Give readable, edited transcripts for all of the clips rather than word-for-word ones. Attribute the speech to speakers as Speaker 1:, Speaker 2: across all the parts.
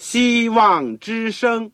Speaker 1: 希望之声。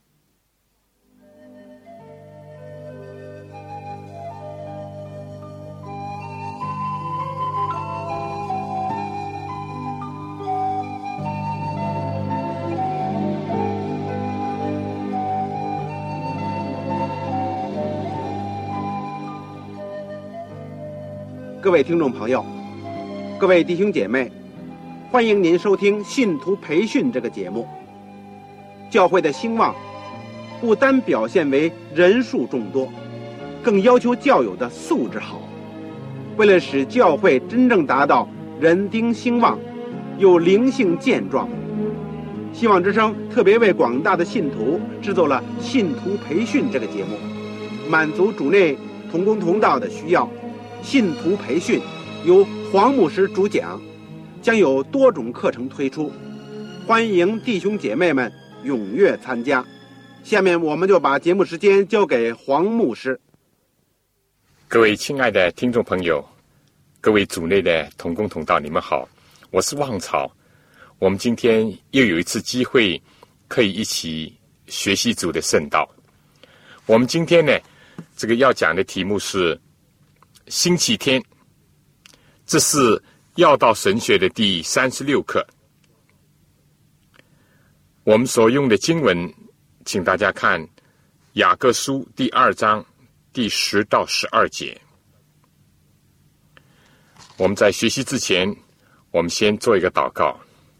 Speaker 1: 各位听众朋友，各位弟兄姐妹，欢迎您收听信徒培训这个节目。教会的兴旺不单表现为人数众多，更要求教友的素质好。为了使教会真正达到人丁兴旺又灵性健壮，希望之声特别为广大的信徒制作了信徒培训这个节目，满足主内同工同道的需要。信徒培训由黄牧师主讲，将有多种课程推出，欢迎弟兄姐妹们踊跃参加。下面我们就把节目时间交给黄牧师。
Speaker 2: 各位亲爱的听众朋友，各位主内的同工同道，你们好，我是旺草。我们今天又有一次机会可以一起学习主的圣道。我们今天呢，这个要讲的题目是星期天，这是要道神学的第36课。我们所用的经文，请大家看雅各书第2章第10到12节。我们在学习之前，我们先做一个祷告。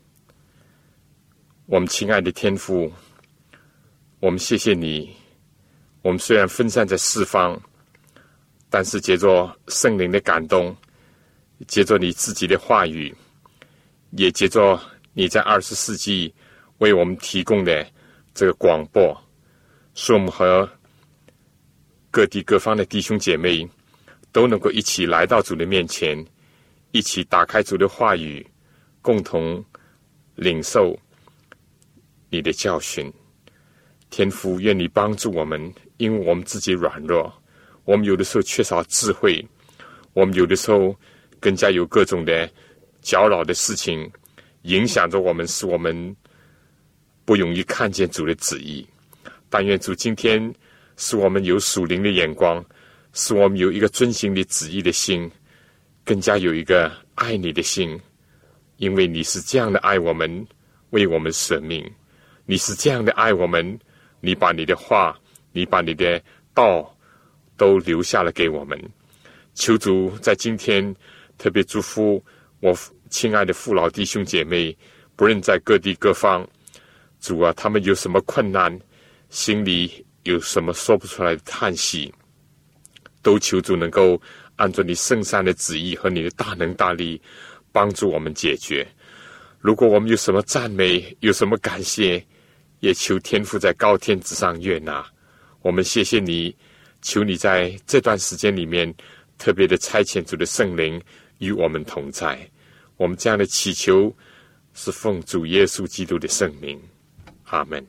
Speaker 2: 我们亲爱的天父，我们谢谢你，我们虽然分散在四方，但是借着圣灵的感动，借着你自己的话语，也借着你在20世纪为我们提供的这个广播，使我们和各地各方的弟兄姐妹都能够一起来到主的面前，一起打开主的话语，共同领受你的教训。天父，愿你帮助我们，因为我们自己软弱，我们有的时候缺少智慧，我们有的时候更加有各种的搅扰的事情影响着我们，使我们不容易看见主的旨意。但愿主今天使我们有属灵的眼光，使我们有一个遵行你旨意的心，更加有一个爱你的心，因为你是这样的爱我们，为我们舍命。你是这样的爱我们，你把你的话，你把你的道都留下了给我们。求主在今天特别祝福我亲爱的父老弟兄姐妹，不论在各地各方，主啊，他们有什么困难，心里有什么说不出来的叹息，都求主能够按照你圣善的旨意和你的大能大力帮助我们解决。如果我们有什么赞美，有什么感谢，也求天父在高天之上悦纳。我们谢谢你，求你在这段时间里面特别的差遣主的圣灵与我们同在。我们这样的祈求是奉主耶稣基督的圣名，阿们。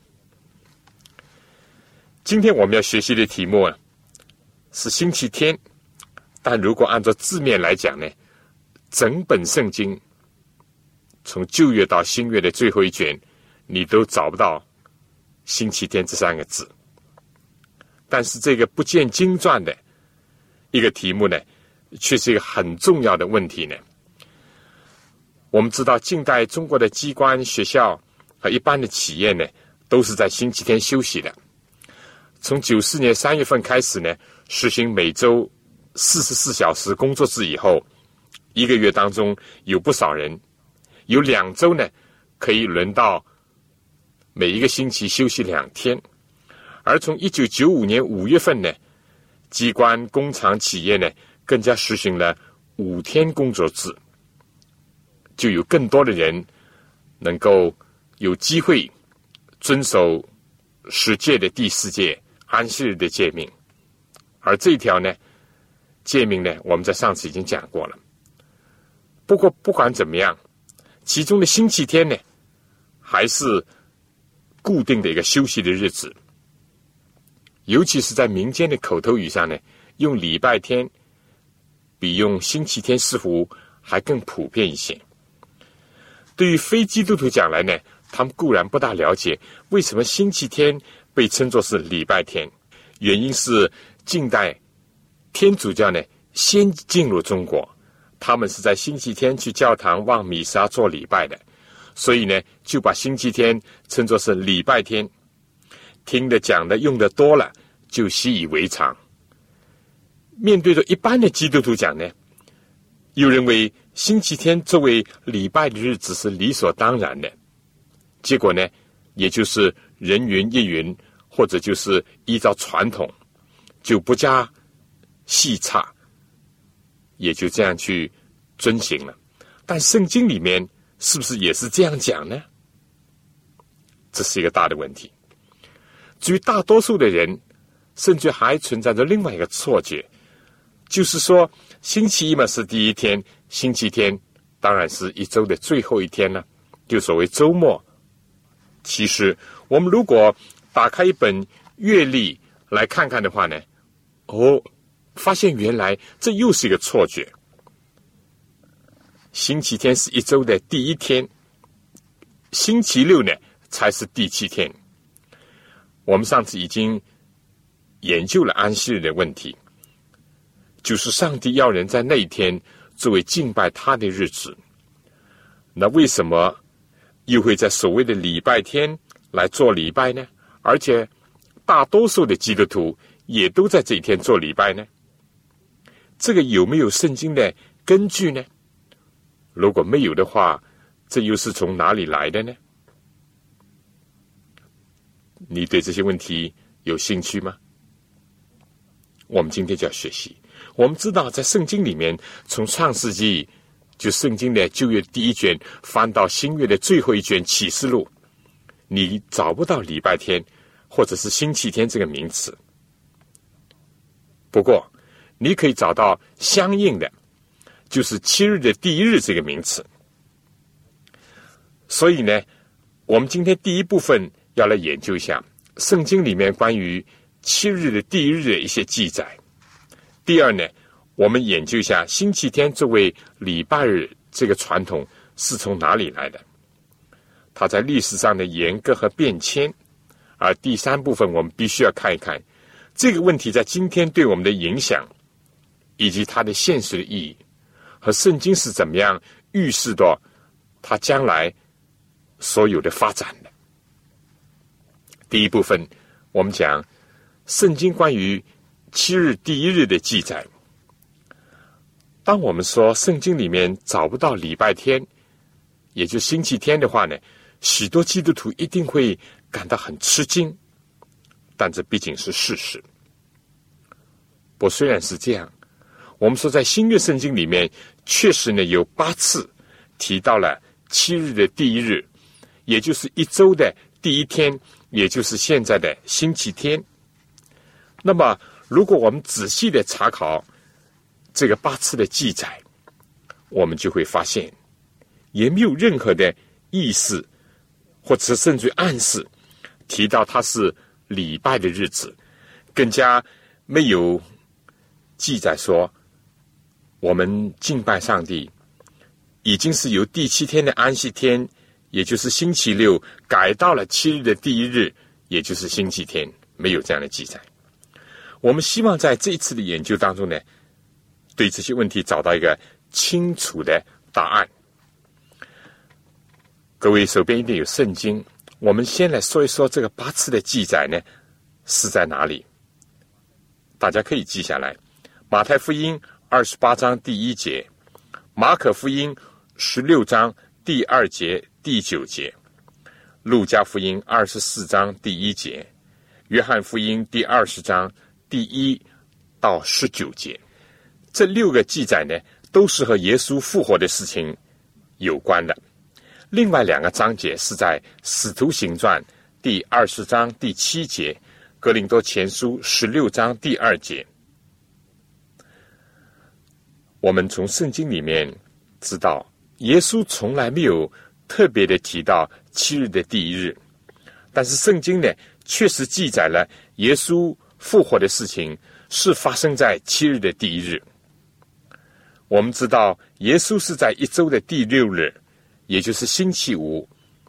Speaker 2: 今天我们要学习的题目是星期天，但如果按照字面来讲呢，整本圣经从旧约到新约的最后一卷，你都找不到星期天这3个字。但是这个不见经传的一个题目呢，却是一个很重要的问题呢。我们知道近代中国的机关、学校和一般的企业呢，都是在星期天休息的。从94年3月份开始呢，实行每周44小时工作制以后，一个月当中有不少人有2周呢，可以轮到每一个星期休息2天。而从1995年5月份呢，机关、工厂、企业呢，更加实行了5天工作制，就有更多的人能够有机会遵守10诫的第4诫安息日的诫命。而这一条呢，诫命呢，我们在上次已经讲过了。不过不管怎么样，其中的星期天呢，还是固定的一个休息的日子。尤其是在民间的口头语上呢，用礼拜天比用星期天似乎还更普遍一些。对于非基督徒讲来呢， 他们固然不大了解为什么星期天被称作是礼拜天，原因是近代天主教呢先进入中国，他们是在星期天去教堂望弥撒做礼拜的，所以呢就把星期天称作是礼拜天，听的讲的用的多了就习以为常。面对着一般的基督徒讲呢，又认为星期天作为礼拜的日子是理所当然的，结果呢也就是人云亦云，或者就是依照传统，就不加细差，也就这样去遵行了。但圣经里面是不是也是这样讲呢？这是一个大的问题。至于大多数的人，甚至还存在着另外一个错觉，就是说星期一嘛是第一天，星期天当然是一周的最后一天了，就所谓周末。其实我们如果打开一本月历来看看的话呢，发现原来这又是一个错觉。星期天是一周的第一天，星期六呢才是第7天。我们上次已经研究了安息日的问题，就是上帝要人在那一天作为敬拜他的日子。那为什么又会在所谓的礼拜天来做礼拜呢？而且大多数的基督徒也都在这一天做礼拜呢？这个有没有圣经的根据呢？如果没有的话，这又是从哪里来的呢？你对这些问题有兴趣吗？我们今天就要学习。我们知道在圣经里面，从创世纪就圣经的旧约第1卷翻到新约的最后一卷启示录，你找不到礼拜天或者是星期天这个名词。不过你可以找到相应的，就是7日的第1日这个名词。所以呢，我们今天第一部分要来研究一下圣经里面关于7日的第1日的一些记载。第二呢，我们研究一下星期天作为礼拜日这个传统是从哪里来的，它在历史上的严格和变迁。而第三部分我们必须要看一看这个问题在今天对我们的影响，以及它的现实的意义，和圣经是怎么样预示到它将来所有的发展的。第一部分我们讲圣经关于7日第1日的记载。当我们说圣经里面找不到礼拜天，也就星期天的话呢，许多基督徒一定会感到很吃惊，但这毕竟是事实。不过虽然是这样，我们说在新约圣经里面确实呢有8次提到了7日的第1日，也就是一周的第1天，也就是现在的星期天。那么如果我们仔细的查考这个8次的记载，我们就会发现也没有任何的意思，或者甚至暗示提到它是礼拜的日子，更加没有记载说我们敬拜上帝已经是由第7天的安息天，也就是星期六，改到了7日的第1日，也就是星期天。没有这样的记载。我们希望在这一次的研究当中呢，对这些问题找到一个清楚的答案。各位手边一定有圣经，我们先来说一说这个8次的记载呢是在哪里，大家可以记下来。马太福音28章第1节，马可福音16章第2节第9节，路加福音24章第1节，约翰福音第20章第1到19节。这6个记载呢都是和耶稣复活的事情有关的。另外2个章节是在使徒行传第20章第7节，哥林多前书16章第2节。我们从圣经里面知道，耶稣从来没有特别的提到7日的第1日，但是圣经呢确实记载了耶稣复活的事情是发生在7日的第1日。我们知道耶稣是在一周的第6日，也就是星期五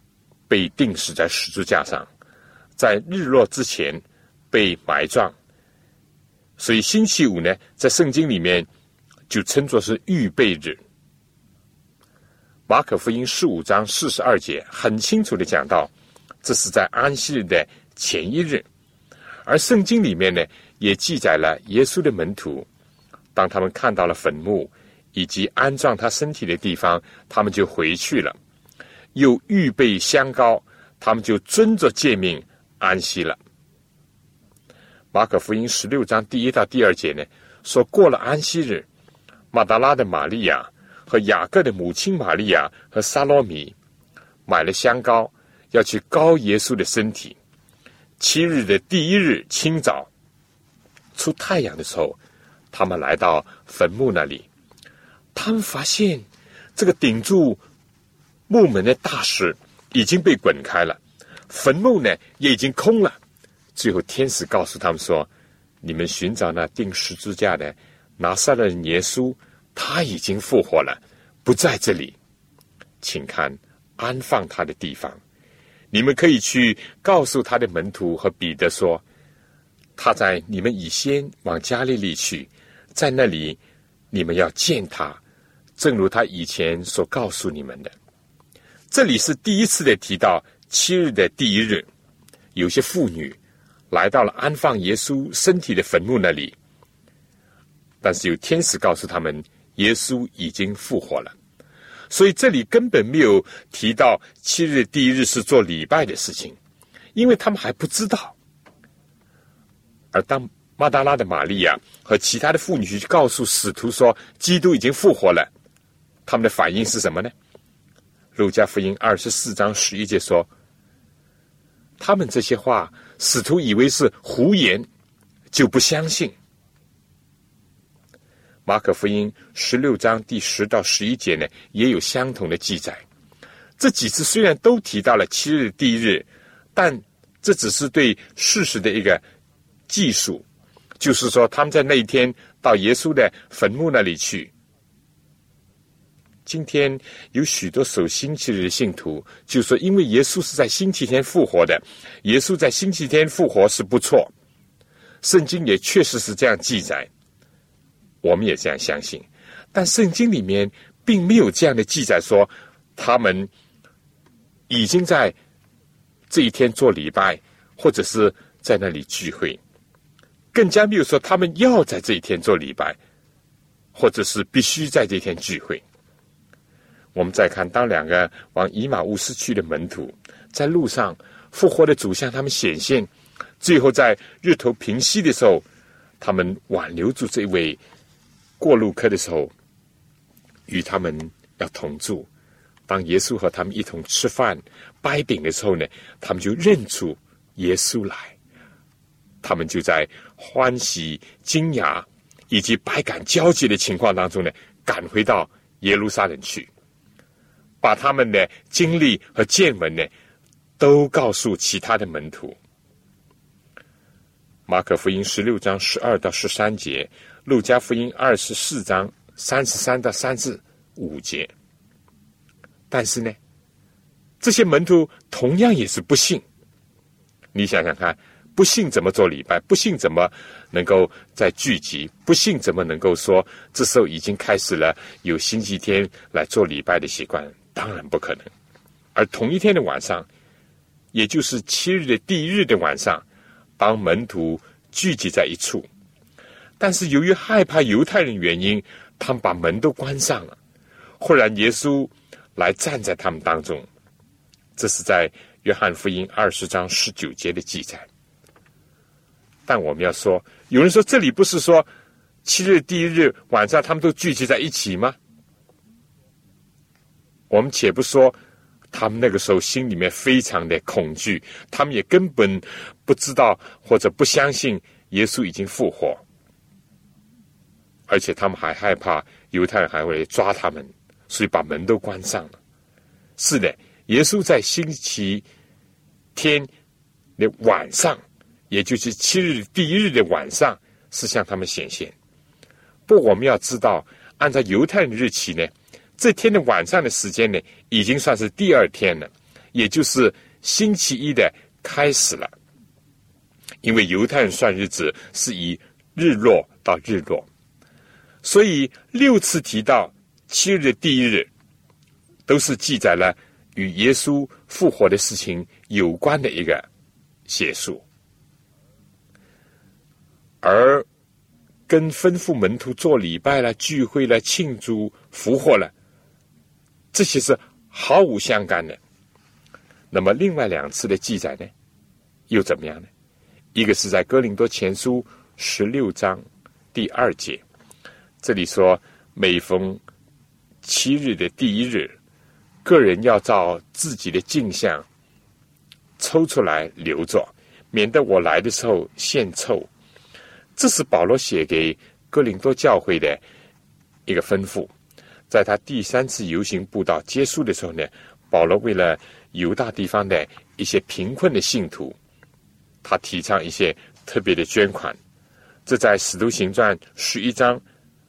Speaker 2: 被钉死在十字架上，在日落之前被埋葬。所以星期五呢，在圣经里面就称作是预备日。马可福音15章42节很清楚地讲到，这是在安息日的前一日。而圣经里面呢，也记载了耶稣的门徒，当他们看到了坟墓以及安葬他身体的地方，他们就回去了，又预备香膏，他们就遵着诫命安息了。马可福音16章第1到第2节呢，说过了安息日，马达拉的玛利亚和雅各的母亲玛利亚和撒罗米买了香膏，要去膏耶稣的身体。7日的第1日清早，出太阳的时候，他们来到坟墓那里，他们发现这个顶住墓门的大石已经被滚开了，坟墓呢也已经空了。最后天使告诉他们说，你们寻找那钉十字架的拿撒勒人耶稣，他已经复活了，不在这里，请看安放他的地方。你们可以去告诉他的门徒和彼得说，他在你们以先往加利利去，在那里你们要见他，正如他以前所告诉你们的。这里是第一次的提到7日的第1日，有些妇女来到了安放耶稣身体的坟墓那里，但是有天使告诉他们，耶稣已经复活了。所以这里根本没有提到7日第1日是做礼拜的事情，因为他们还不知道。而当马达拉的玛利亚和其他的妇女去告诉使徒说基督已经复活了，他们的反应是什么呢？路加福音24章11节说，他们这些话使徒以为是胡言，就不相信。马可福音16章第10到11节呢，也有相同的记载。这几次虽然都提到了7日第1日，但这只是对事实的一个记述，就是说他们在那一天到耶稣的坟墓那里去。今天有许多守星期日的信徒就说，因为耶稣是在星期天复活的，耶稣在星期天复活是不错，圣经也确实是这样记载，我们也这样相信。但圣经里面并没有这样的记载说他们已经在这一天做礼拜，或者是在那里聚会，更加没有说他们要在这一天做礼拜，或者是必须在这一天聚会。我们再看，当2个往以马乌斯去的门徒在路上，复活的主向他们显现，最后在日头平息的时候，他们挽留住这位过路客的时候，与他们要同住。当耶稣和他们一同吃饭掰饼的时候呢，他们就认出耶稣来，他们就在欢喜惊讶以及百感交集的情况当中呢，赶回到耶路撒冷去，把他们的经历和见闻呢都告诉其他的门徒。马可福音16章12到13节，路加福音24章33到35节。但是呢，这些门徒同样也是不信。你想想看，不信怎么做礼拜？不信怎么能够再聚集？不信怎么能够说这时候已经开始了有星期天来做礼拜的习惯？当然不可能。而同一天的晚上，也就是7日的第1日的晚上，当门徒聚集在一处，但是由于害怕犹太人原因，他们把门都关上了。忽然耶稣来站在他们当中，这是在约翰福音20章19节的记载。但我们要说，有人说这里不是说7日第1日晚上他们都聚集在一起吗？我们且不说他们那个时候心里面非常的恐惧，他们也根本不知道或者不相信耶稣已经复活，而且他们还害怕犹太人还会抓他们，所以把门都关上了。是的，耶稣在星期天的晚上，也就是7日第1日的晚上，是向他们显现。不过我们要知道，按照犹太人日期呢，这天的晚上的时间呢，已经算是第2天了， 也就是星期一的开始了。因为犹太人算日子是以日落到日落，所以6次提到7日的第一日，都是记载了与耶稣复活的事情有关的一个写述。而跟吩咐门徒做礼拜了、聚会了、庆祝复活了，这些是毫无相干的。那么另外2次的记载呢，又怎么样呢？一个是在哥林多前书16章第2节，这里说每逢7日的第一日，个人要照自己的镜像抽出来留着，免得我来的时候献臭。这是保罗写给哥林多教会的一个吩咐。在他第3次游行布道结束的时候呢，保罗为了犹大地方的一些贫困的信徒，他提倡一些特别的捐款。这在使徒行传11章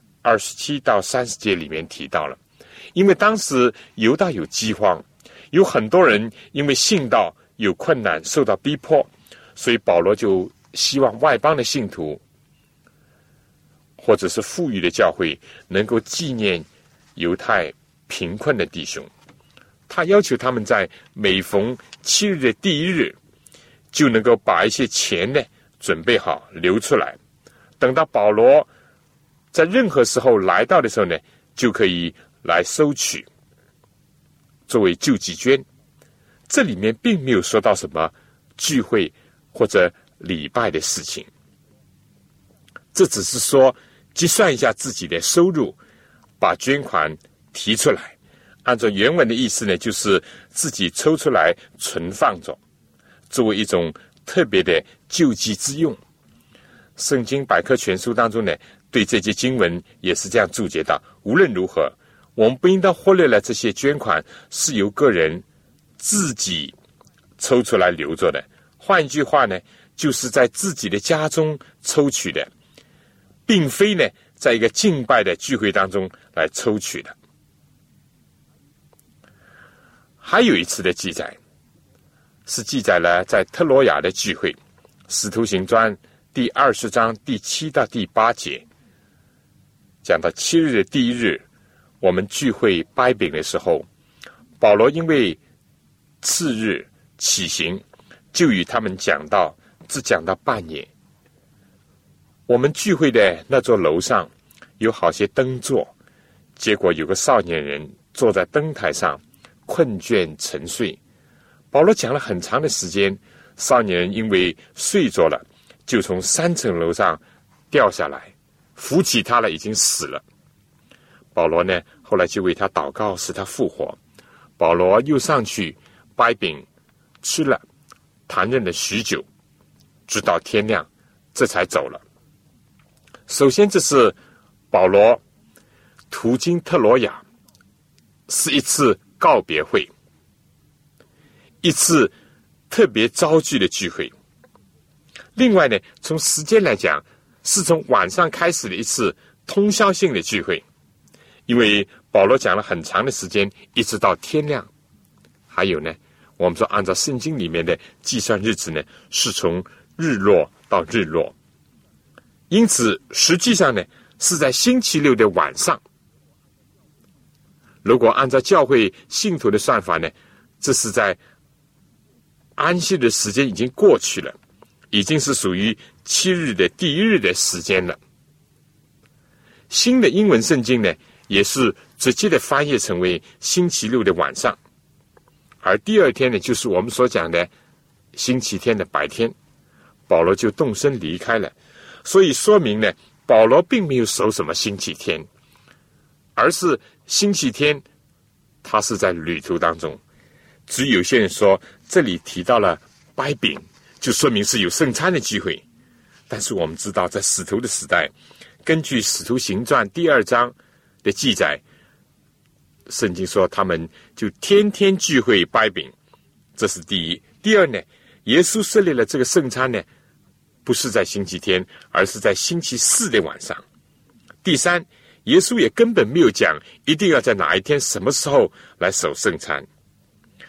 Speaker 2: 27到30节里面提到了。因为当时犹大有饥荒，有很多人因为信道有困难，受到逼迫，所以保罗就希望外邦的信徒或者是富裕的教会能够纪念犹太贫困的弟兄。他要求他们在每逢7日的第一日就能够把一些钱呢准备好留出来，等到保罗在任何时候来到的时候呢，就可以来收取作为救济捐。这里面并没有说到什么聚会或者礼拜的事情，这只是说计算一下自己的收入，把捐款提出来。按照原文的意思呢，就是自己抽出来存放着，作为一种特别的救济之用。圣经百科全书当中呢，对这些经文也是这样注解到：无论如何，我们不应当忽略了这些捐款是由个人自己抽出来留着的。换一句话呢，就是在自己的家中抽取的，并非呢在一个敬拜的聚会当中来抽取的。还有一次的记载是记载了在特罗亚的聚会，使徒行传第20章第7到第8节，讲到7日的第一日，我们聚会掰饼的时候，保罗因为次日起行，就与他们讲道，只讲到半夜。我们聚会的那座楼上有好些灯座，结果有个少年人坐在灯台上，困倦沉睡。保罗讲了很长的时间，少年人因为睡着了，就从3层楼上掉下来，扶起他了，已经死了。保罗呢，后来就为他祷告，使他复活。保罗又上去掰饼吃了，谈论了许久，直到天亮，这才走了。首先，这是保罗途经特罗亚，是一次告别会，一次特别招聚的聚会。另外呢，从时间来讲，是从晚上开始的一次通宵性的聚会，因为保罗讲了很长的时间，一直到天亮。还有呢，我们说按照圣经里面的计算日子呢，是从日落到日落，因此实际上呢是在星期六的晚上。如果按照教会信徒的算法呢，这是在安息的时间已经过去了，已经是属于7日的第一日的时间了。新的英文圣经呢，也是直接的翻译成为星期六的晚上，而第二天呢，就是我们所讲的星期天的白天，保罗就动身离开了。所以说明呢，保罗并没有守什么星期天，而是星期天他是在旅途当中。只有些人说这里提到了掰饼，就说明是有圣餐的机会。但是我们知道，在使徒的时代，根据使徒行传第2章的记载，圣经说他们就天天聚会掰饼，这是第一。第二呢，耶稣设立了这个圣餐呢，不是在星期天，而是在星期4的晚上。第三，耶稣也根本没有讲一定要在哪一天什么时候来守圣餐，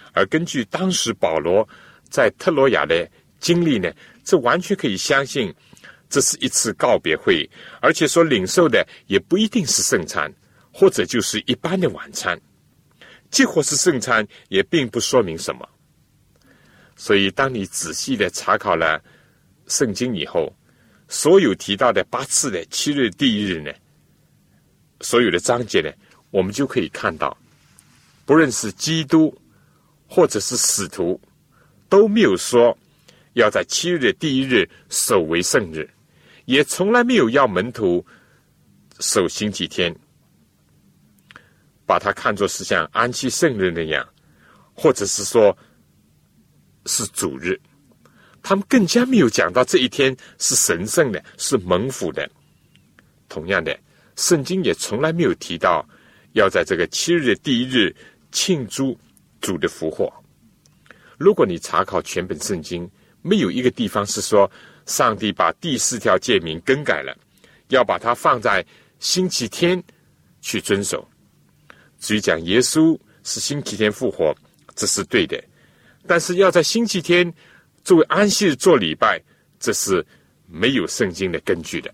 Speaker 2: 而根据当时保罗在特罗亚的经历呢，这完全可以相信这是一次告别会，而且所领受的也不一定是圣餐，或者就是一般的晚餐，即或是圣餐也并不说明什么。所以当你仔细的查考了圣经以后，所有提到的8次的7日第1日呢，所有的章节呢，我们就可以看到，不论是基督或者是使徒，都没有说要在7日的第1日守为圣日，也从来没有要门徒守星期天，把它看作是像安息圣日那样，或者是说是主日。他们更加没有讲到这一天是神圣的，是蒙福的。同样的，圣经也从来没有提到要在这个7日的第1日庆祝主的复活。如果你查考全本圣经，没有一个地方是说上帝把第4条诫命更改了，要把它放在星期天去遵守。至于讲耶稣是星期天复活，这是对的，但是要在星期天作为安息日做礼拜，这是没有圣经的根据的。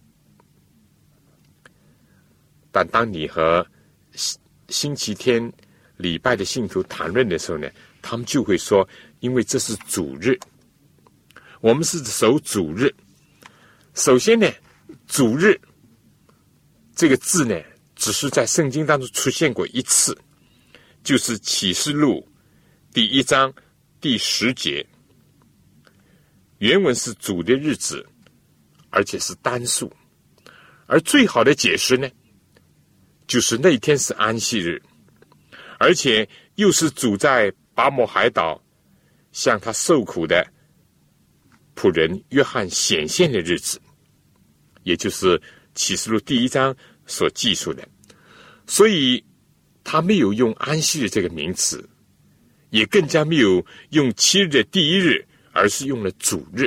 Speaker 2: 但当你和星期天礼拜的信徒谈论的时候呢，他们就会说，因为这是主日，我们是守主日。首先呢，主日这个字呢，只是在圣经当中出现过一次，就是启示录第1章第10节，原文是主的日子，而且是单数。而最好的解释呢，就是那一天是安息日，而且又是主在巴摩海岛向他受苦的仆人约翰显现的日子，也就是启示录第1章所记述的。所以他没有用安息日这个名词，也更加没有用7日的第1日，而是用了主日。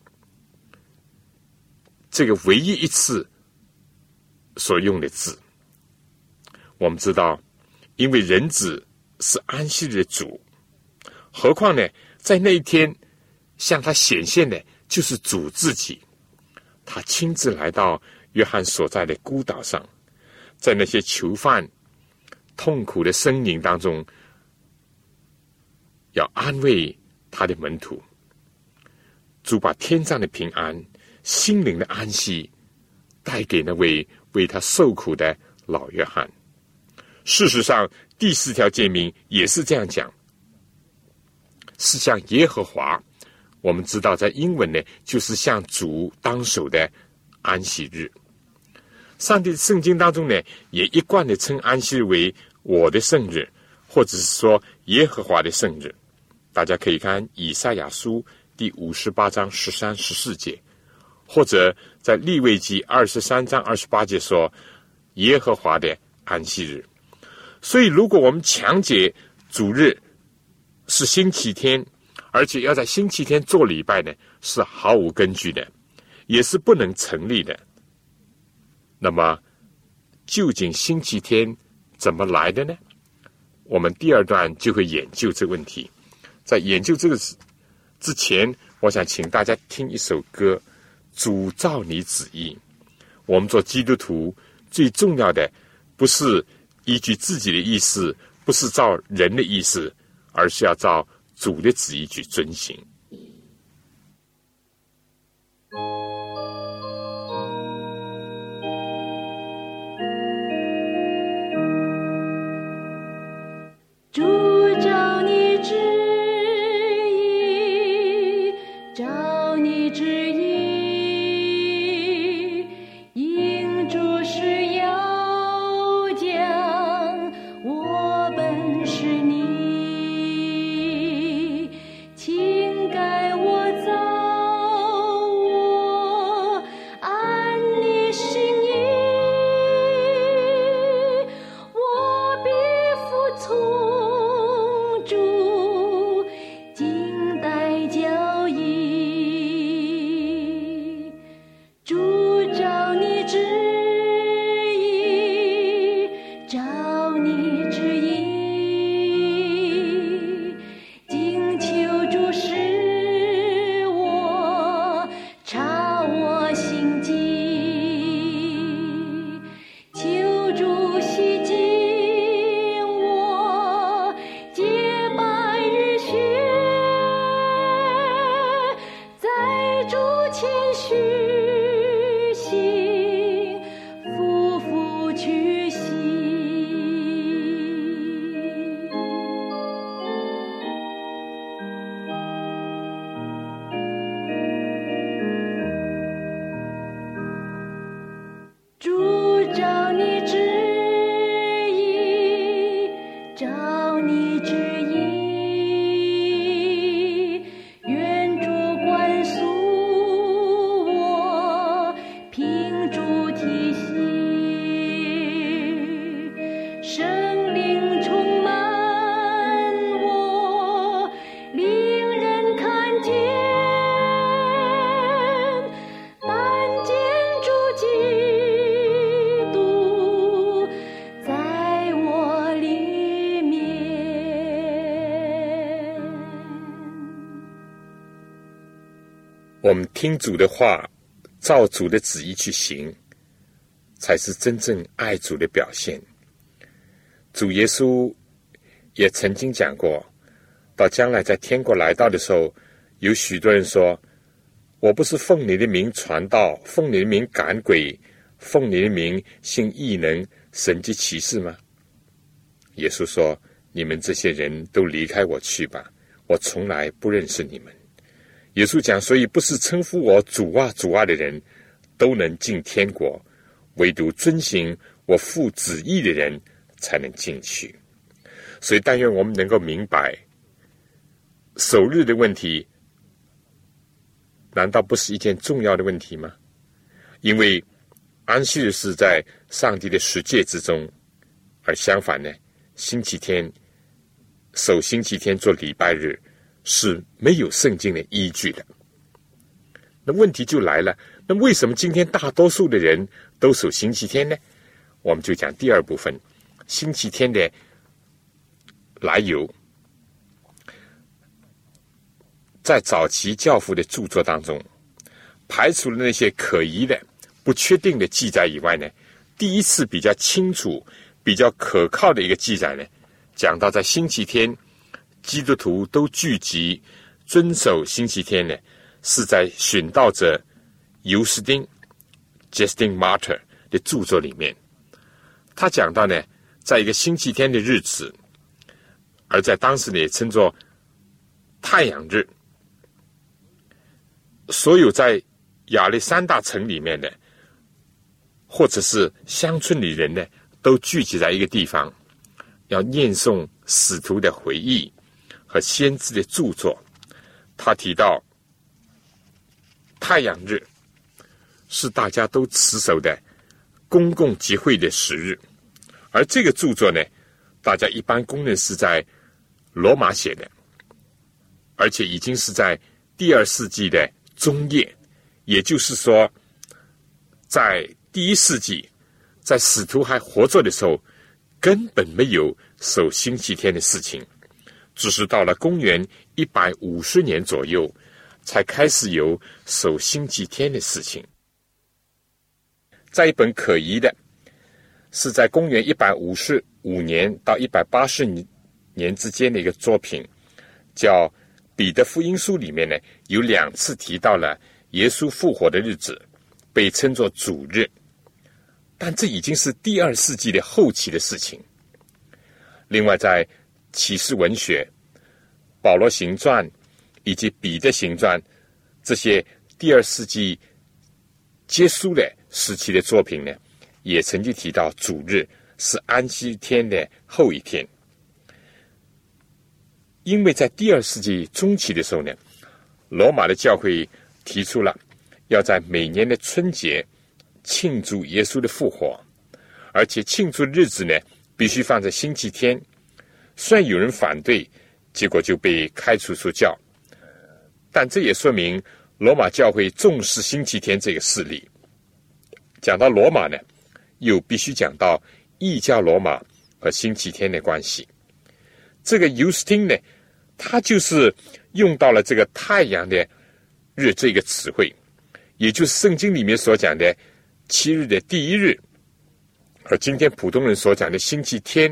Speaker 2: 这个唯一一次所用的字。我们知道，因为人子是安息日的主，何况呢，在那一天向他显现的就是主自己。他亲自来到约翰所在的孤岛上，在那些囚犯痛苦的呻吟当中，要安慰他的门徒。主把天上的平安、心灵的安息带给那位为他受苦的老约翰。事实上，第4条诫命也是这样讲，是向耶和华。我们知道在英文呢，就是向主当守的安息日。上帝的圣经当中呢，也一贯的称安息日为我的圣日，或者是说耶和华的圣日。大家可以看以赛亚书第58章13、14节，或者在利未记23章28节说耶和华的安息日。所以如果我们强解主日是星期天，而且要在星期天做礼拜呢，是毫无根据的，也是不能成立的。那么究竟星期天怎么来的呢？我们第2段就会研究这个问题。在研究这个之前，我想请大家听一首歌，主照你旨意。我们做基督徒最重要的不是依据自己的意思，不是照人的意思，而是要照主的旨意去遵行。
Speaker 3: 主照你旨意，照你旨意，因主是要将我本是你，亲去行，夫妇去行。主照你旨意，照你旨意，愿主管束我，凭主体系，圣灵充满我，令人看见，但见主基督在我里面。
Speaker 2: 我们听主的话，照主的旨意去行，才是真正爱主的表现。主耶稣也曾经讲过，到将来在天国来到的时候，有许多人说，我不是奉你的名传道，奉你的名赶鬼，奉你的名行异能神迹奇事吗？耶稣说，你们这些人都离开我去吧，我从来不认识你们。耶稣讲，所以不是称呼我主啊主啊的人都能进天国，唯独遵行我父旨意的人才能进去。所以但愿我们能够明白，守日的问题难道不是一件重要的问题吗？因为安息日是在上帝的十诫之中，而相反呢，星期天守星期天做礼拜日是没有圣经的依据的。那问题就来了，那为什么今天大多数的人都守星期天呢？我们就讲第二部分，星期天的来由。在早期教父的著作当中，排除了那些可疑的、不确定的记载以外呢，第一次比较清楚、比较可靠的一个记载呢，讲到在星期天基督徒都聚集遵守星期天呢，是在殉道者尤斯丁 Justin Martyr 的著作里面。他讲到呢，在一个星期天的日子，而在当时呢也称作太阳日，所有在亚历山大城里面的或者是乡村里人呢，都聚集在一个地方，要念诵使徒的回忆和先知的著作。他提到太阳日是大家都持守的公共集会的时日，而这个著作呢，大家一般公认是在罗马写的，而且已经是在第2世纪的中叶，也就是说在第1世纪，在使徒还活着的时候，根本没有守星期天的事情，只是到了公元150年左右才开始有守星期天的事情。在一本可疑的是在公元155年到180年之间的一个作品，叫《彼得福音书》，里面呢有2次提到了耶稣复活的日子，被称作主日，但这已经是第2世纪的后期的事情。另外在启示文学、保罗行传以及彼得行传这些第2世纪结束的时期的作品呢，也曾经提到主日是安息天的后一天。因为在第2世纪中期的时候呢，罗马的教会提出了要在每年的春节庆祝耶稣的复活，而且庆祝日子呢必须放在星期天。虽然有人反对，结果就被开除出教，但这也说明罗马教会重视星期天这个事例。讲到罗马呢，又必须讲到异教罗马和星期天的关系。这个尤斯汀呢，他就是用到了这个太阳的日这个词汇，也就是圣经里面所讲的7日的第1日，而今天普通人所讲的星期天，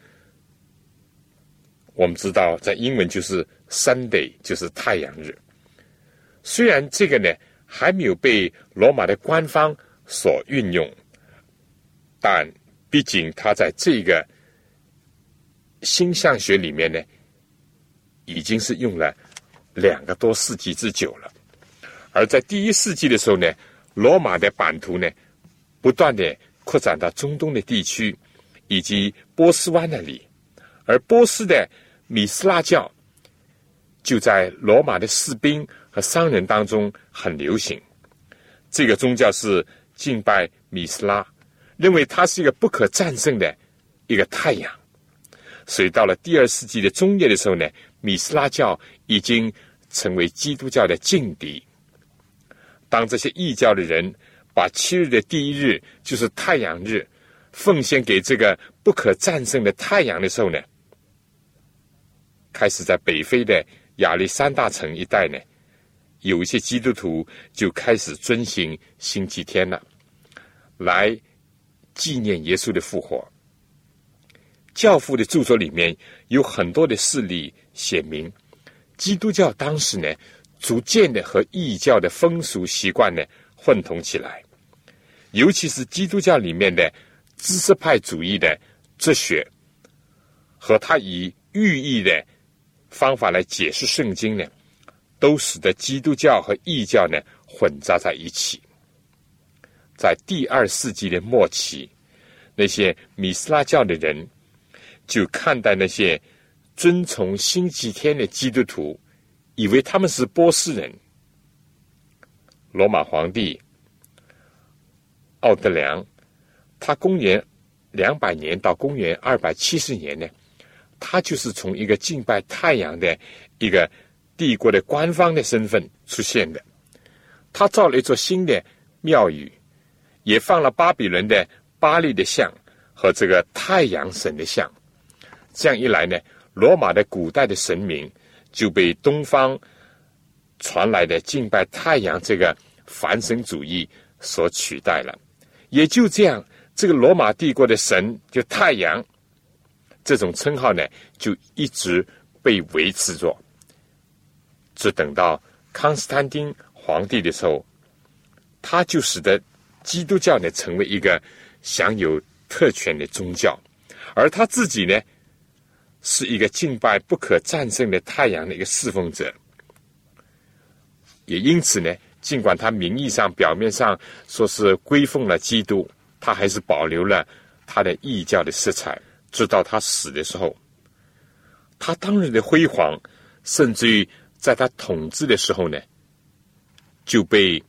Speaker 2: 我们知道在英文就是 Sunday， 就是太阳日。虽然这个呢还没有被罗马的官方所运用，但毕竟它在这个星象学里面呢，已经是用了2个多世纪之久了。而在第1世纪的时候呢，罗马的版图呢，不断的扩展到中东的地区以及波斯湾那里，而波斯的米斯拉教就在罗马的士兵和商人当中很流行。这个宗教是敬拜米斯拉，认为它是一个不可战胜的一个太阳。所以到了第2世纪的中叶的时候呢，米斯拉教已经成为基督教的劲敌。当这些异教的人把7日的第1日，就是太阳日，奉献给这个不可战胜的太阳的时候呢，开始在北非的亚历山大城一带呢，有一些基督徒就开始遵行星期天了，来纪念耶稣的复活。教父的著作里面有很多的事例写明，基督教当时呢，逐渐的和异教的风俗习惯呢混同起来，尤其是基督教里面的知识派主义的哲学，和他以寓意的方法来解释圣经呢，都使得基督教和异教呢混杂在一起。在第2世纪的末期，那些米斯拉教的人就看待那些遵从星期天的基督徒，以为他们是波斯人。罗马皇帝奥德良，他公元200年到公元270年呢，他就是从一个敬拜太阳的一个帝国的官方的身份出现的。他造了一座新的庙宇，也放了巴比伦的巴力的像和这个太阳神的像。这样一来呢，罗马的古代的神明就被东方传来的敬拜太阳这个凡神主义所取代了。也就这样，这个罗马帝国的神就太阳这种称号呢，就一直被维持着，直等到康斯坦丁皇帝的时候，他就使得基督教呢成为一个享有特权的宗教，而他自己呢是一个敬拜不可战胜的太阳的一个侍奉者。也因此呢，尽管他名义上表面上说是归奉了基督，他还是保留了他的异教的色彩，直到他死的时候。他当日的辉煌，甚至于在他统治的时候呢，就被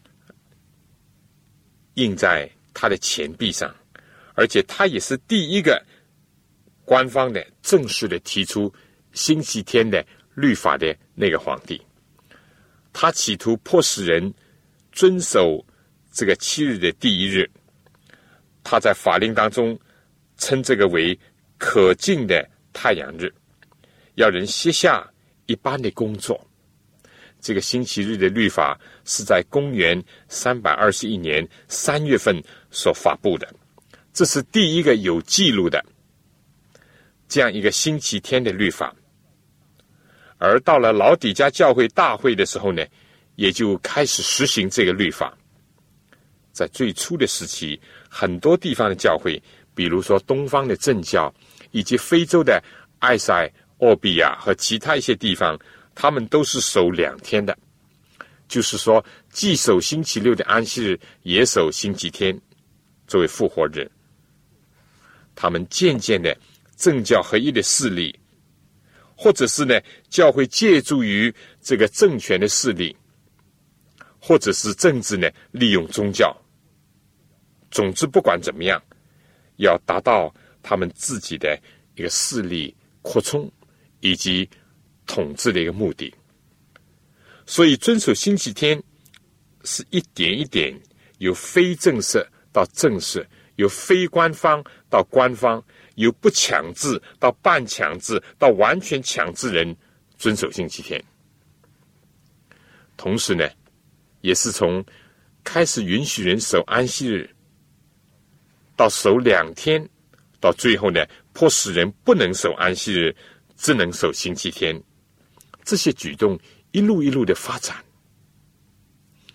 Speaker 2: 印在他的钱币上，而且他也是第一个官方的正式的提出星期天的律法的那个皇帝。他企图迫使人遵守这个7日的第1日，他在法令当中称这个为可敬的太阳日，要人歇下一般的工作。这个星期日的律法是在公元321年3月份所发布的，这是第一个有记录的这样一个星期天的律法。而到了老底嘉教会大会的时候呢，也就开始实行这个律法。在最初的时期，很多地方的教会，比如说东方的正教以及非洲的埃塞俄比亚和其他一些地方，他们都是守2天的，就是说既守星期六的安息日，也守星期天作为复活日。他们渐渐的政教合一的势力，或者是呢教会借助于这个政权的势力，或者是政治呢利用宗教，总之不管怎么样，要达到他们自己的一个势力扩充以及统治的一个目的。所以遵守星期天是一点一点由非正式到正式，由非官方到官方，由不强制到半强制到完全强制人遵守星期天。同时呢，也是从开始允许人守安息日，到守2天，到最后呢迫使人不能守安息日，只能守星期天。这些举动一路一路的发展，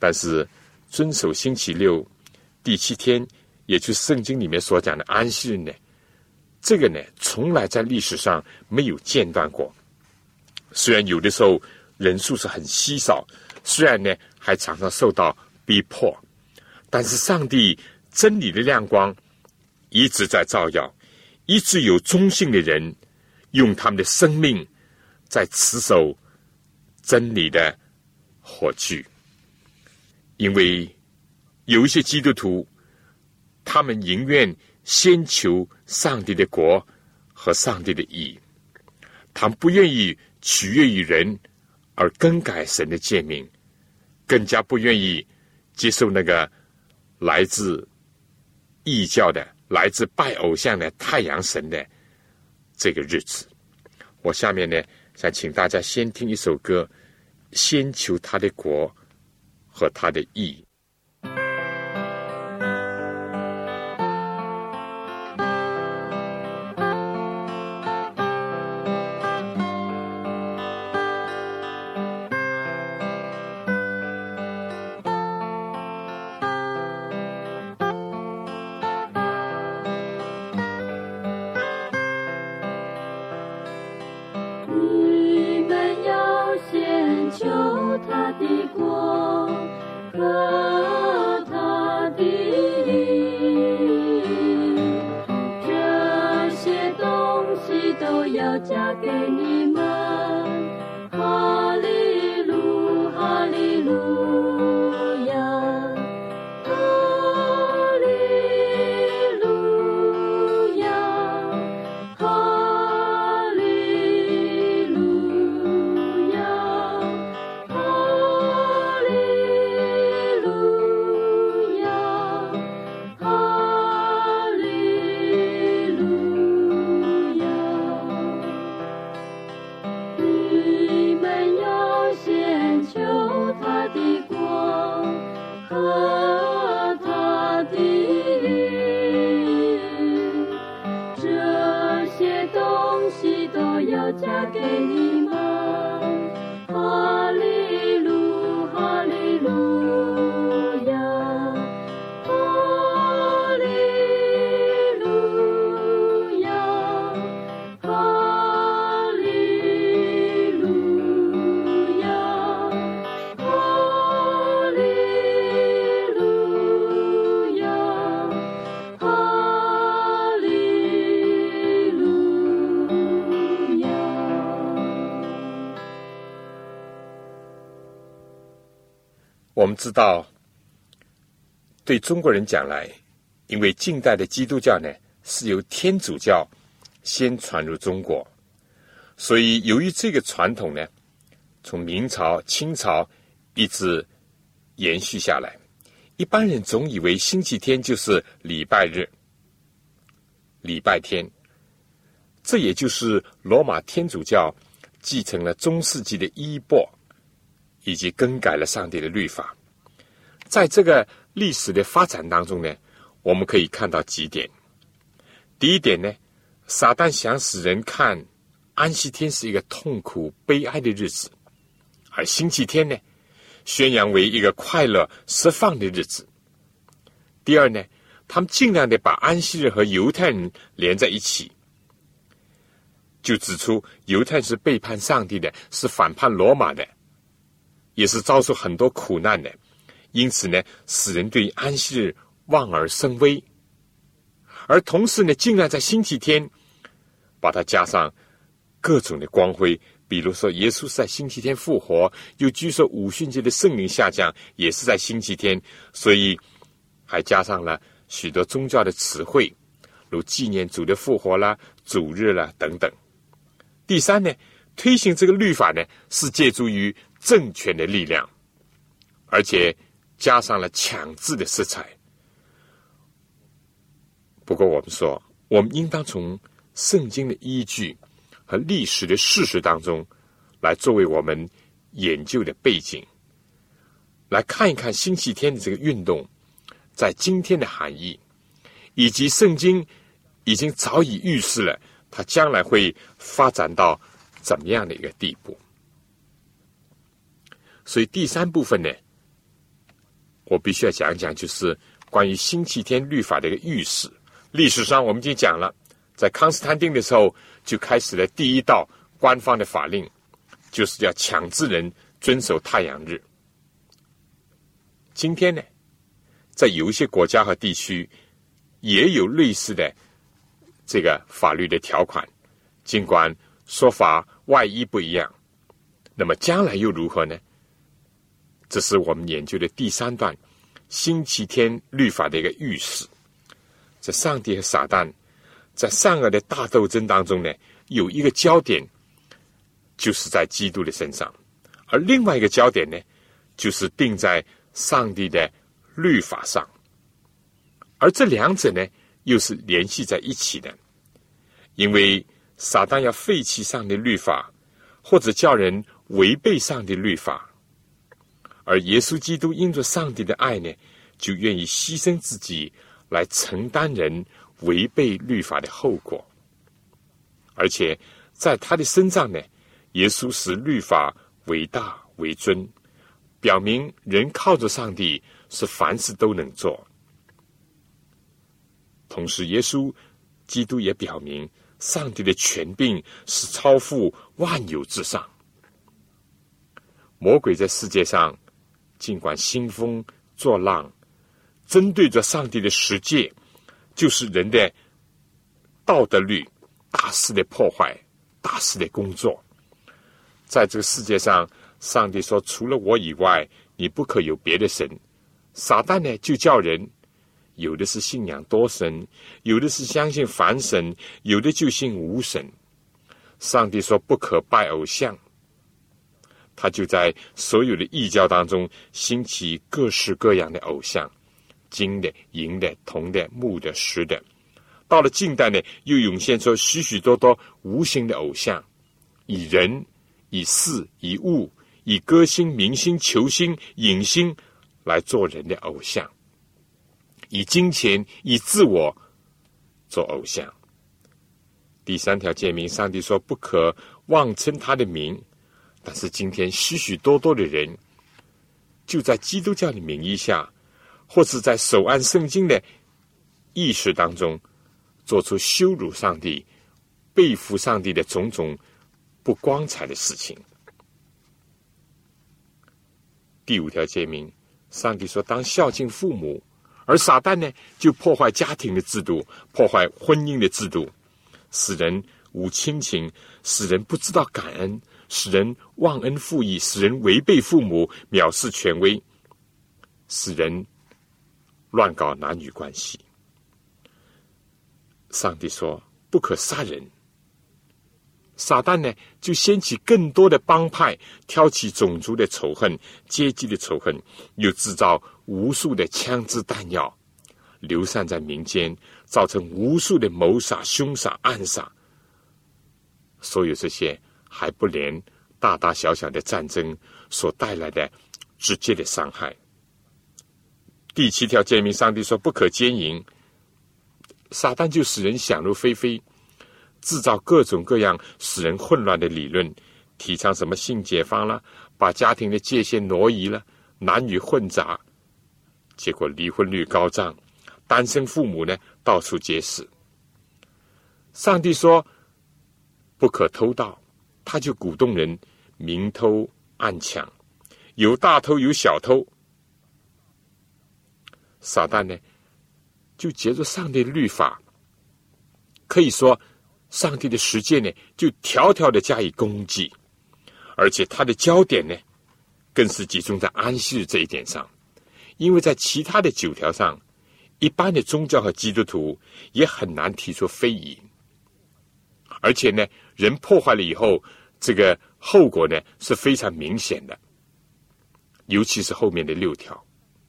Speaker 2: 但是遵守星期六第7天，也就是圣经里面所讲的安息日呢，这个呢从来在历史上没有间断过。虽然有的时候人数是很稀少，虽然呢还常常受到逼迫，但是上帝真理的亮光一直在照耀，一直有忠信的人用他们的生命在持守真理的火炬。因为有一些基督徒，他们宁愿先求上帝的国和上帝的义，他们不愿意取悦于人而更改神的诫命，更加不愿意接受那个来自异教的、来自拜偶像的太阳神的这个日子。我下面呢，想请大家先听一首歌，先求他的国和他的义。
Speaker 3: 你们要先求他的国和他的义，这些东西都要加给你们。哈利路，哈利路亚，哈利路亚，哈利路亚，哈利路亚，哈利路亚。你们要先求他的国和他的义，这些东西都要加给你们。哈利路，哈利路亚，哈利路亚，哈利路亚，哈利路亚，哈利路亚。
Speaker 2: 我们知道，对中国人讲来，因为近代的基督教呢是由天主教先传入中国，所以由于这个传统呢，从明朝、清朝一直延续下来。一般人总以为星期天就是礼拜日、礼拜天，这也就是罗马天主教继承了中世纪的衣钵，以及更改了上帝的律法。在这个历史的发展当中呢，我们可以看到几点。第一点呢，撒旦想使人看安息天是一个痛苦悲哀的日子，而星期天呢，宣扬为一个快乐释放的日子。第二呢，他们尽量的把安息日和犹太人连在一起，就指出犹太人是背叛上帝的，是反叛罗马的，也是遭受很多苦难的，因此呢，使人对安息日望而生畏。而同时呢，尽量在星期天把它加上各种的光辉，比如说耶稣是在星期天复活，又据说五旬节的圣灵下降也是在星期天，所以还加上了许多宗教的词汇，如纪念主的复活啦、主日啦等等。第三呢，推行这个律法呢，是借助于政权的力量，而且加上了强制的色彩。不过我们说，我们应当从圣经的依据和历史的事实当中来作为我们研究的背景，来看一看星期天的这个运动在今天的含义，以及圣经已经早已预示了它将来会发展到怎么样的一个地步。所以第三部分呢， 我必须要讲一讲，就是关于星期天律法的一个预示。历史上我们已经讲了，在康斯坦丁的时候就开始了第一道官方的法令，就是要强制人遵守太阳日。今天呢，在有一些国家和地区也有类似的这个法律的条款，尽管说法外衣不一样。那么将来又如何呢？这是我们研究的第三段星期天律法的一个预示。在上帝和撒旦在善恶的大斗争当中呢，有一个焦点就是在基督的身上，而另外一个焦点呢，就是定在上帝的律法上。而这两者呢，又是联系在一起的，因为撒旦要废弃上帝律法，或者叫人违背上帝律法，而耶稣基督因着上帝的爱呢，就愿意牺牲自己来承担人违背律法的后果。而且在他的身上呢，耶稣使律法为大为尊，表明人靠着上帝是凡事都能做。同时耶稣基督也表明上帝的权柄是超乎万有之上。魔鬼在世界上尽管兴风作浪，针对着上帝的十诫，就是人的道德律，大肆的破坏，大肆的工作。在这个世界上，上帝说除了我以外你不可有别的神。撒旦呢，就叫人有的是信仰多神，有的是相信凡神，有的就信无神。上帝说不可拜偶像，他就在所有的异教当中兴起各式各样的偶像，金的、银的、铜的、木的、石的。到了近代呢，又涌现出许许多多无形的偶像，以人、以事、以物、以歌星、明星、球星、影星来做人的偶像，以金钱、以自我做偶像。第三条诫命，上帝说不可妄称他的名。但是今天许许多多的人就在基督教的名义下，或是在手按圣经的意识当中，做出羞辱上帝、背负上帝的种种不光彩的事情。第五条诫命，上帝说当孝敬父母，而撒旦呢，就破坏家庭的制度，破坏婚姻的制度，使人无亲情，使人不知道感恩，使人忘恩负义，使人违背父母，藐视权威，使人乱搞男女关系。上帝说不可杀人，撒旦呢，就掀起更多的帮派，挑起种族的仇恨、阶级的仇恨，又制造无数的枪支弹药，流散在民间，造成无数的谋杀、凶杀、暗杀。所有这些还不连大大小小的战争所带来的直接的伤害。第七条诫命，上帝说不可奸淫，撒旦就使人想入非非，制造各种各样使人混乱的理论，提倡什么性解放了，把家庭的界限挪移了，男女混杂，结果离婚率高涨，单身父母呢到处皆是。上帝说不可偷盗，他就鼓动人明偷暗抢，有大偷有小偷。撒旦呢就借着上帝的律法，可以说上帝的十诫呢就条条的加以攻击，而且他的焦点呢更是集中在安息日这一点上。因为在其他的9条上，一般的宗教和基督徒也很难提出非议，而且呢人破坏了以后，这个后果呢是非常明显的，尤其是后面的6条。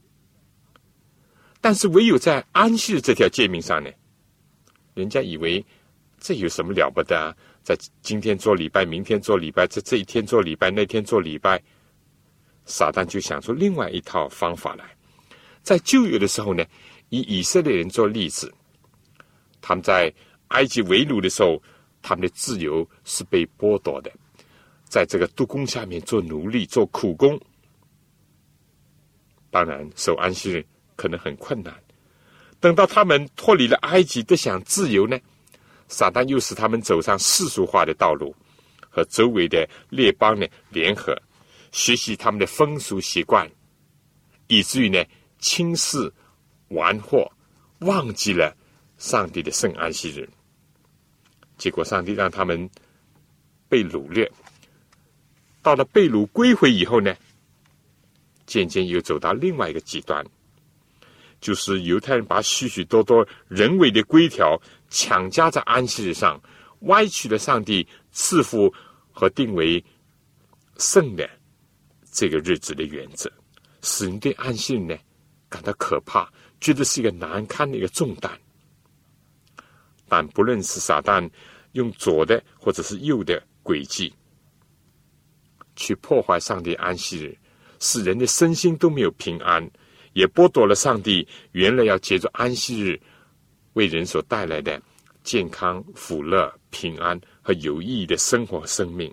Speaker 2: 但是唯有在安息日这条诫命上呢，人家以为这有什么了不得啊？在今天做礼拜，明天做礼拜，在这一天做礼拜，那天做礼拜。撒旦就想出另外一套方法来。在旧约的时候呢，以以色列人做例子，他们在埃及为奴的时候，他们的自由是被剥夺的，在这个督工下面做奴隶，做苦工。 当然守安息日可能很困难。等到他们脱离了埃及，得享自由呢，撒旦又使他们走上世俗化的道路，和周围的列邦呢联合，学习他们的风俗习惯，以至于呢轻视玩惑，忘记了上帝的圣安息日。结果上帝让他们被掳掠，到了被掳归回以后呢，渐渐又走到另外一个极端，就是犹太人把许许多多人为的规条强加在安息日上，歪曲了上帝赐福和定为圣的这个日子的原则，使人对安息日呢感到可怕，觉得是一个难堪的一个重担。但不论是撒旦用左的或者是右的诡计去破坏上帝安息日，使人的身心都没有平安，也剥夺了上帝原来要借着安息日为人所带来的健康、福乐、平安和有意义的生活和生命。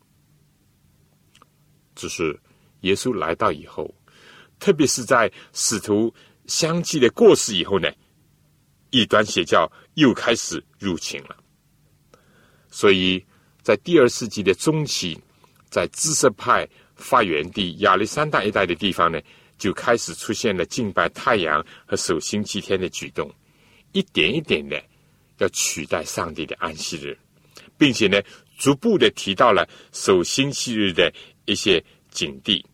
Speaker 2: 只是耶稣来到以后，特别是在使徒相继的过世以后呢，异端邪教又开始入侵了。所以在第2世纪的中期，在知识派发源地亚历山大一带的地方呢，就开始出现了敬拜太阳和守星期天的举动，一点一点的要取代上帝的安息日，并且呢逐步的提到了守星期日的一些景地，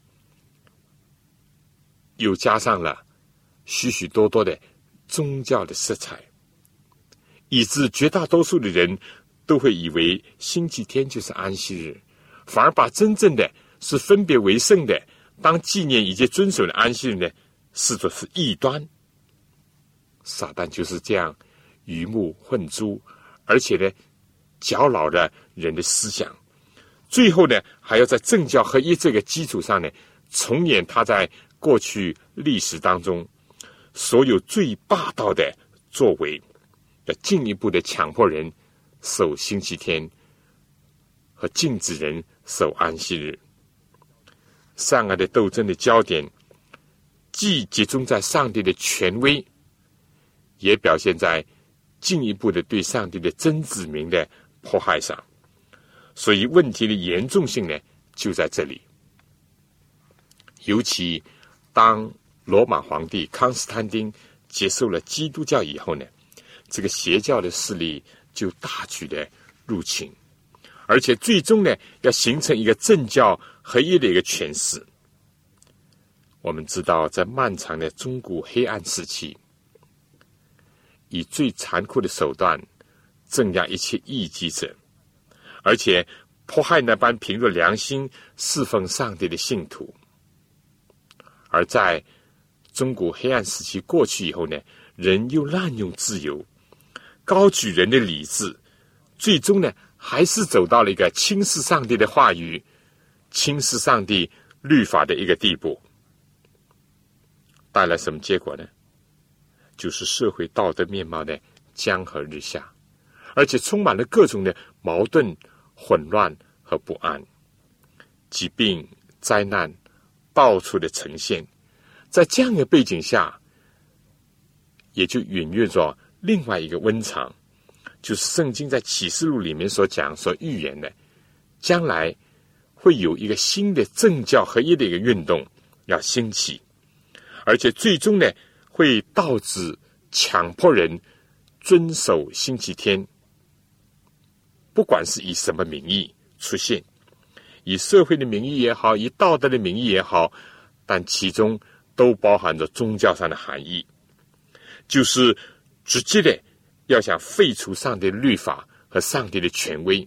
Speaker 2: 又加上了许许多多的宗教的色彩，以致绝大多数的人都会以为星期天就是安息日，反而把真正的是分别为圣的当纪念以及遵守的安息日呢视作是异端。撒旦就是这样鱼目混珠，而且呢搅扰了人的思想，最后呢还要在政教合一这个基础上呢重演他在过去历史当中所有最霸道的作为，要进一步的强迫人守星期天和禁止人守安息日。善恶的斗争的焦点既集中在上帝的权威，也表现在进一步的对上帝的真子民的迫害上。所以问题的严重性呢就在这里。尤其当罗马皇帝康斯坦丁接受了基督教以后呢，这个邪教的势力就大举的入侵，而且最终呢要形成一个政教合一的一个权势。我们知道在漫长的中古黑暗时期，以最残酷的手段镇压一切异己者，而且迫害那般凭着良心侍奉上帝的信徒。而在中古黑暗时期过去以后呢，人又滥用自由，高举人的理智，最终呢还是走到了一个轻视上帝的话语、轻视上帝律法的一个地步。带来什么结果呢？就是社会道德面貌的江河日下，而且充满了各种的矛盾、混乱和不安，疾病、灾难到处的呈现。在这样的背景下，也就隐约着另外一个温床，就是圣经在启示录里面所讲、所预言的，将来会有一个新的政教合一的一个运动要兴起，而且最终呢会导致强迫人遵守星期天，不管是以什么名义出现，以社会的名义也好，以道德的名义也好，但其中都包含着宗教上的含义，就是直接的要想废除上帝的律法和上帝的权威，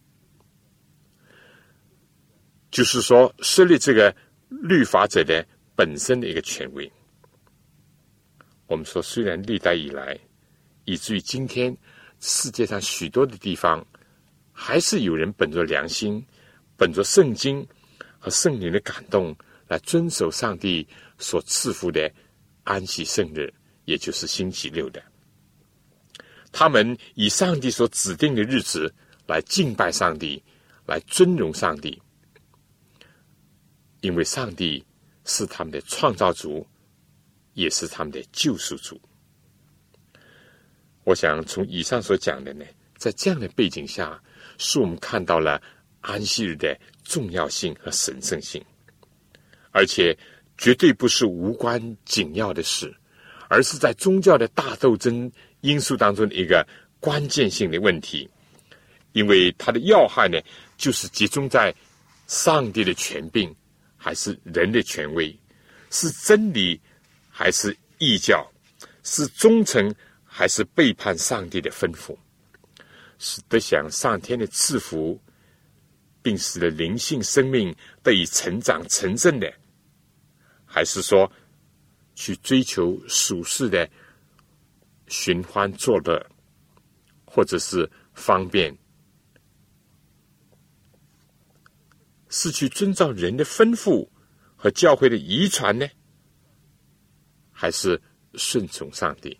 Speaker 2: 就是说设立这个律法者的本身的一个权威。我们说虽然历代以来以至于今天世界上许多的地方还是有人本着良心、本着圣经和圣灵的感动来遵守上帝所赐福的安息圣日，也就是星期六的。他们以上帝所指定的日子来敬拜上帝，来尊荣上帝，因为上帝是他们的创造主，也是他们的救赎主。我想从以上所讲的呢，在这样的背景下，使我们看到了安息日的重要性和神圣性，而且绝对不是无关紧要的事，而是在宗教的大斗争因素当中的一个关键性的问题。因为它的要害呢，就是集中在上帝的权柄还是人的权威，是真理还是异教，是忠诚还是背叛上帝的吩咐，是得享上天的赐福，并使得灵性生命得以成长成正的，还是说去追求属世的寻欢作乐，或者是方便，是去遵照人的吩咐和教会的遗传呢，还是顺从上帝？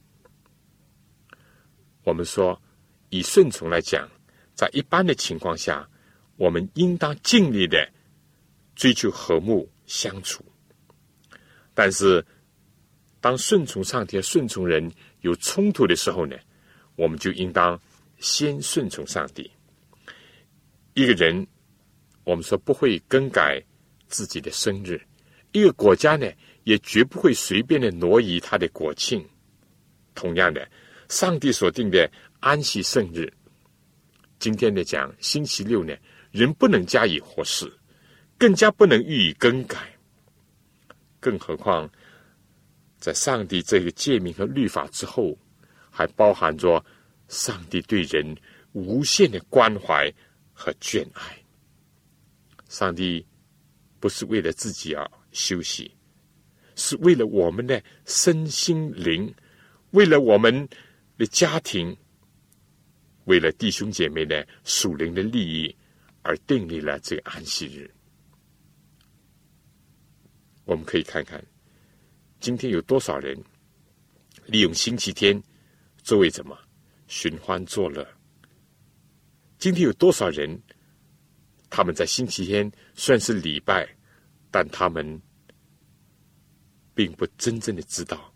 Speaker 2: 我们说，以顺从来讲，在一般的情况下，我们应当尽力的追求和睦相处。但是，当顺从上帝和顺从人有冲突的时候呢，我们就应当先顺从上帝。一个人，我们说不会更改自己的生日；一个国家呢，也绝不会随便的挪移他的国庆。同样的，上帝所定的安息圣日，今天的讲星期六呢，人不能加以忽视，更加不能予以更改。更何况，在上帝这个诫命和律法之后，还包含着上帝对人无限的关怀和眷爱。上帝不是为了自己而休息，是为了我们的身心灵，为了我们的家庭，为了弟兄姐妹的属灵的利益而订立了这个安息日。我们可以看看今天有多少人利用星期天作为什么寻欢作乐。今天有多少人他们在星期天算是礼拜，但他们并不真正的知道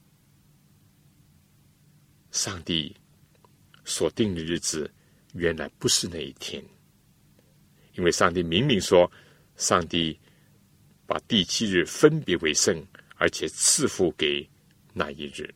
Speaker 2: 上帝所定的日子原来不是那一天。因为上帝明明说，上帝把第7日分别为圣，而且赐福给那一日。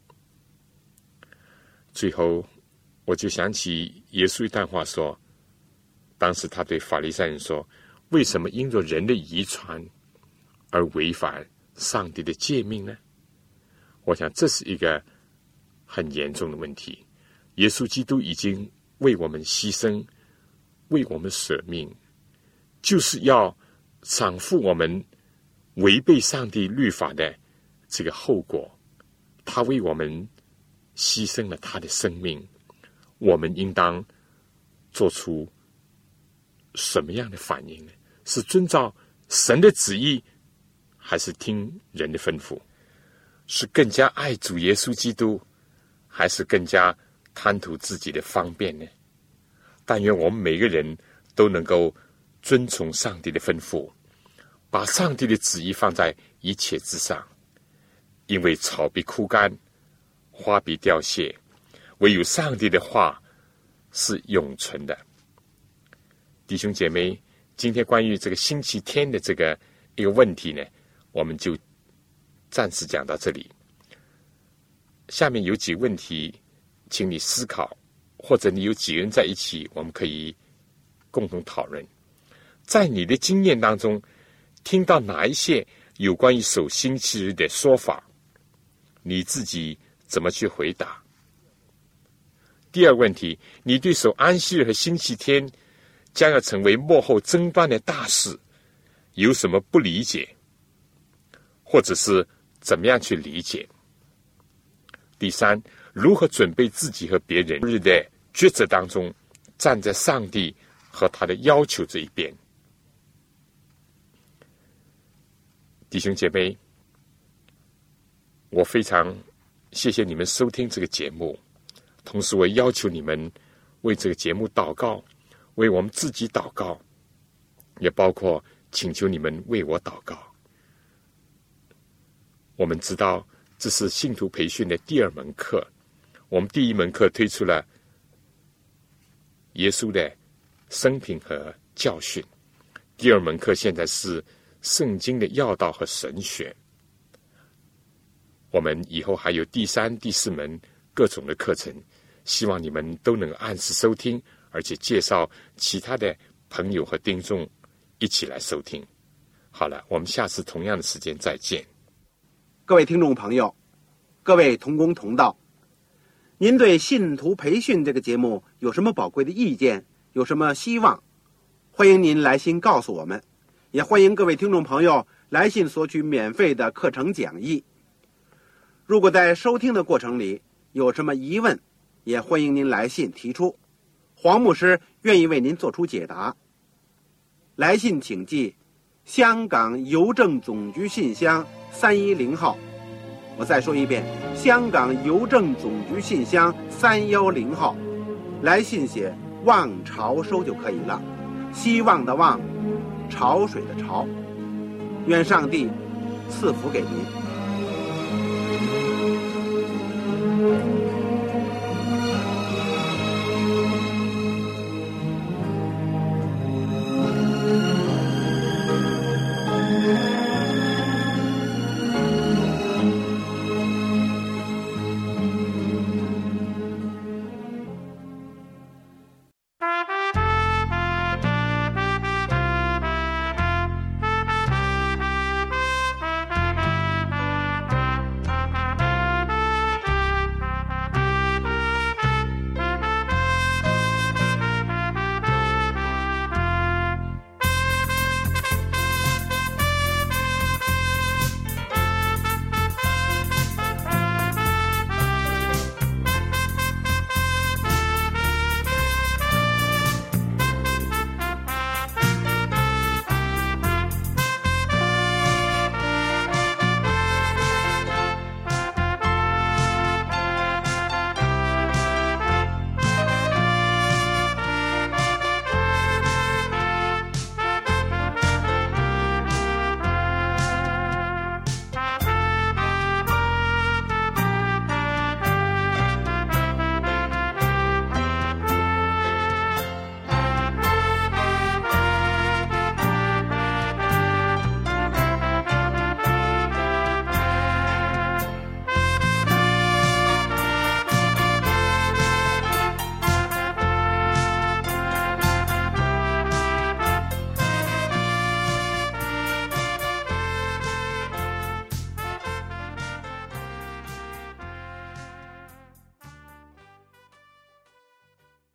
Speaker 2: 最后我就想起耶稣一段话说，当时他对法利赛人说，为什么因着人的遗传而违反上帝的诫命呢？我想这是一个很严重的问题。耶稣基督已经为我们牺牲，为我们舍命，就是要偿付我们违背上帝律法的这个后果。他为我们牺牲了他的生命，我们应当做出什么样的反应呢？是遵照神的旨意，还是听人的吩咐？是更加爱主耶稣基督，还是更加贪图自己的方便呢？但愿我们每个人都能够遵从上帝的吩咐，把上帝的旨意放在一切之上。因为草必枯干，花必凋谢，唯有上帝的话是永存的。弟兄姐妹，今天关于这个星期天的这个一个问题呢，我们就暂时讲到这里。下面有几个问题请你思考，或者你有几个人在一起，我们可以共同讨论。在你的经验当中，听到哪一些有关于守星期日的说法，你自己怎么去回答？第二个问题，你对守安息日和星期天将要成为末后争端的大事有什么不理解，或者是怎么样去理解？第三，如何准备自己和别人日的抉择当中，站在上帝和他的要求这一边？弟兄姐妹，我非常谢谢你们收听这个节目，同时我要求你们为这个节目祷告，为我们自己祷告，也包括请求你们为我祷告。 我们知道这是信徒培训的第二门课。我们第一门课推出了耶稣的生平和教训，第二门课现在是圣经的要道和神学。我们以后还有第三、第四门各种的课程，希望你们都能按时收听，而且介绍其他的朋友和听众一起来收听。好了，我们下次同样的时间再见。
Speaker 1: 各位听众朋友，各位同工同道，您对信徒培训这个节目有什么宝贵的意见，有什么希望，欢迎您来信告诉我们，也欢迎各位听众朋友来信索取免费的课程讲义。如果在收听的过程里有什么疑问，也欢迎您来信提出，黄牧师愿意为您做出解答。来信请寄香港邮政总局信箱310号，我再说一遍，香港邮政总局信箱310号，来信写望潮收就可以了，希望的望，潮水的潮。愿上帝赐福给您。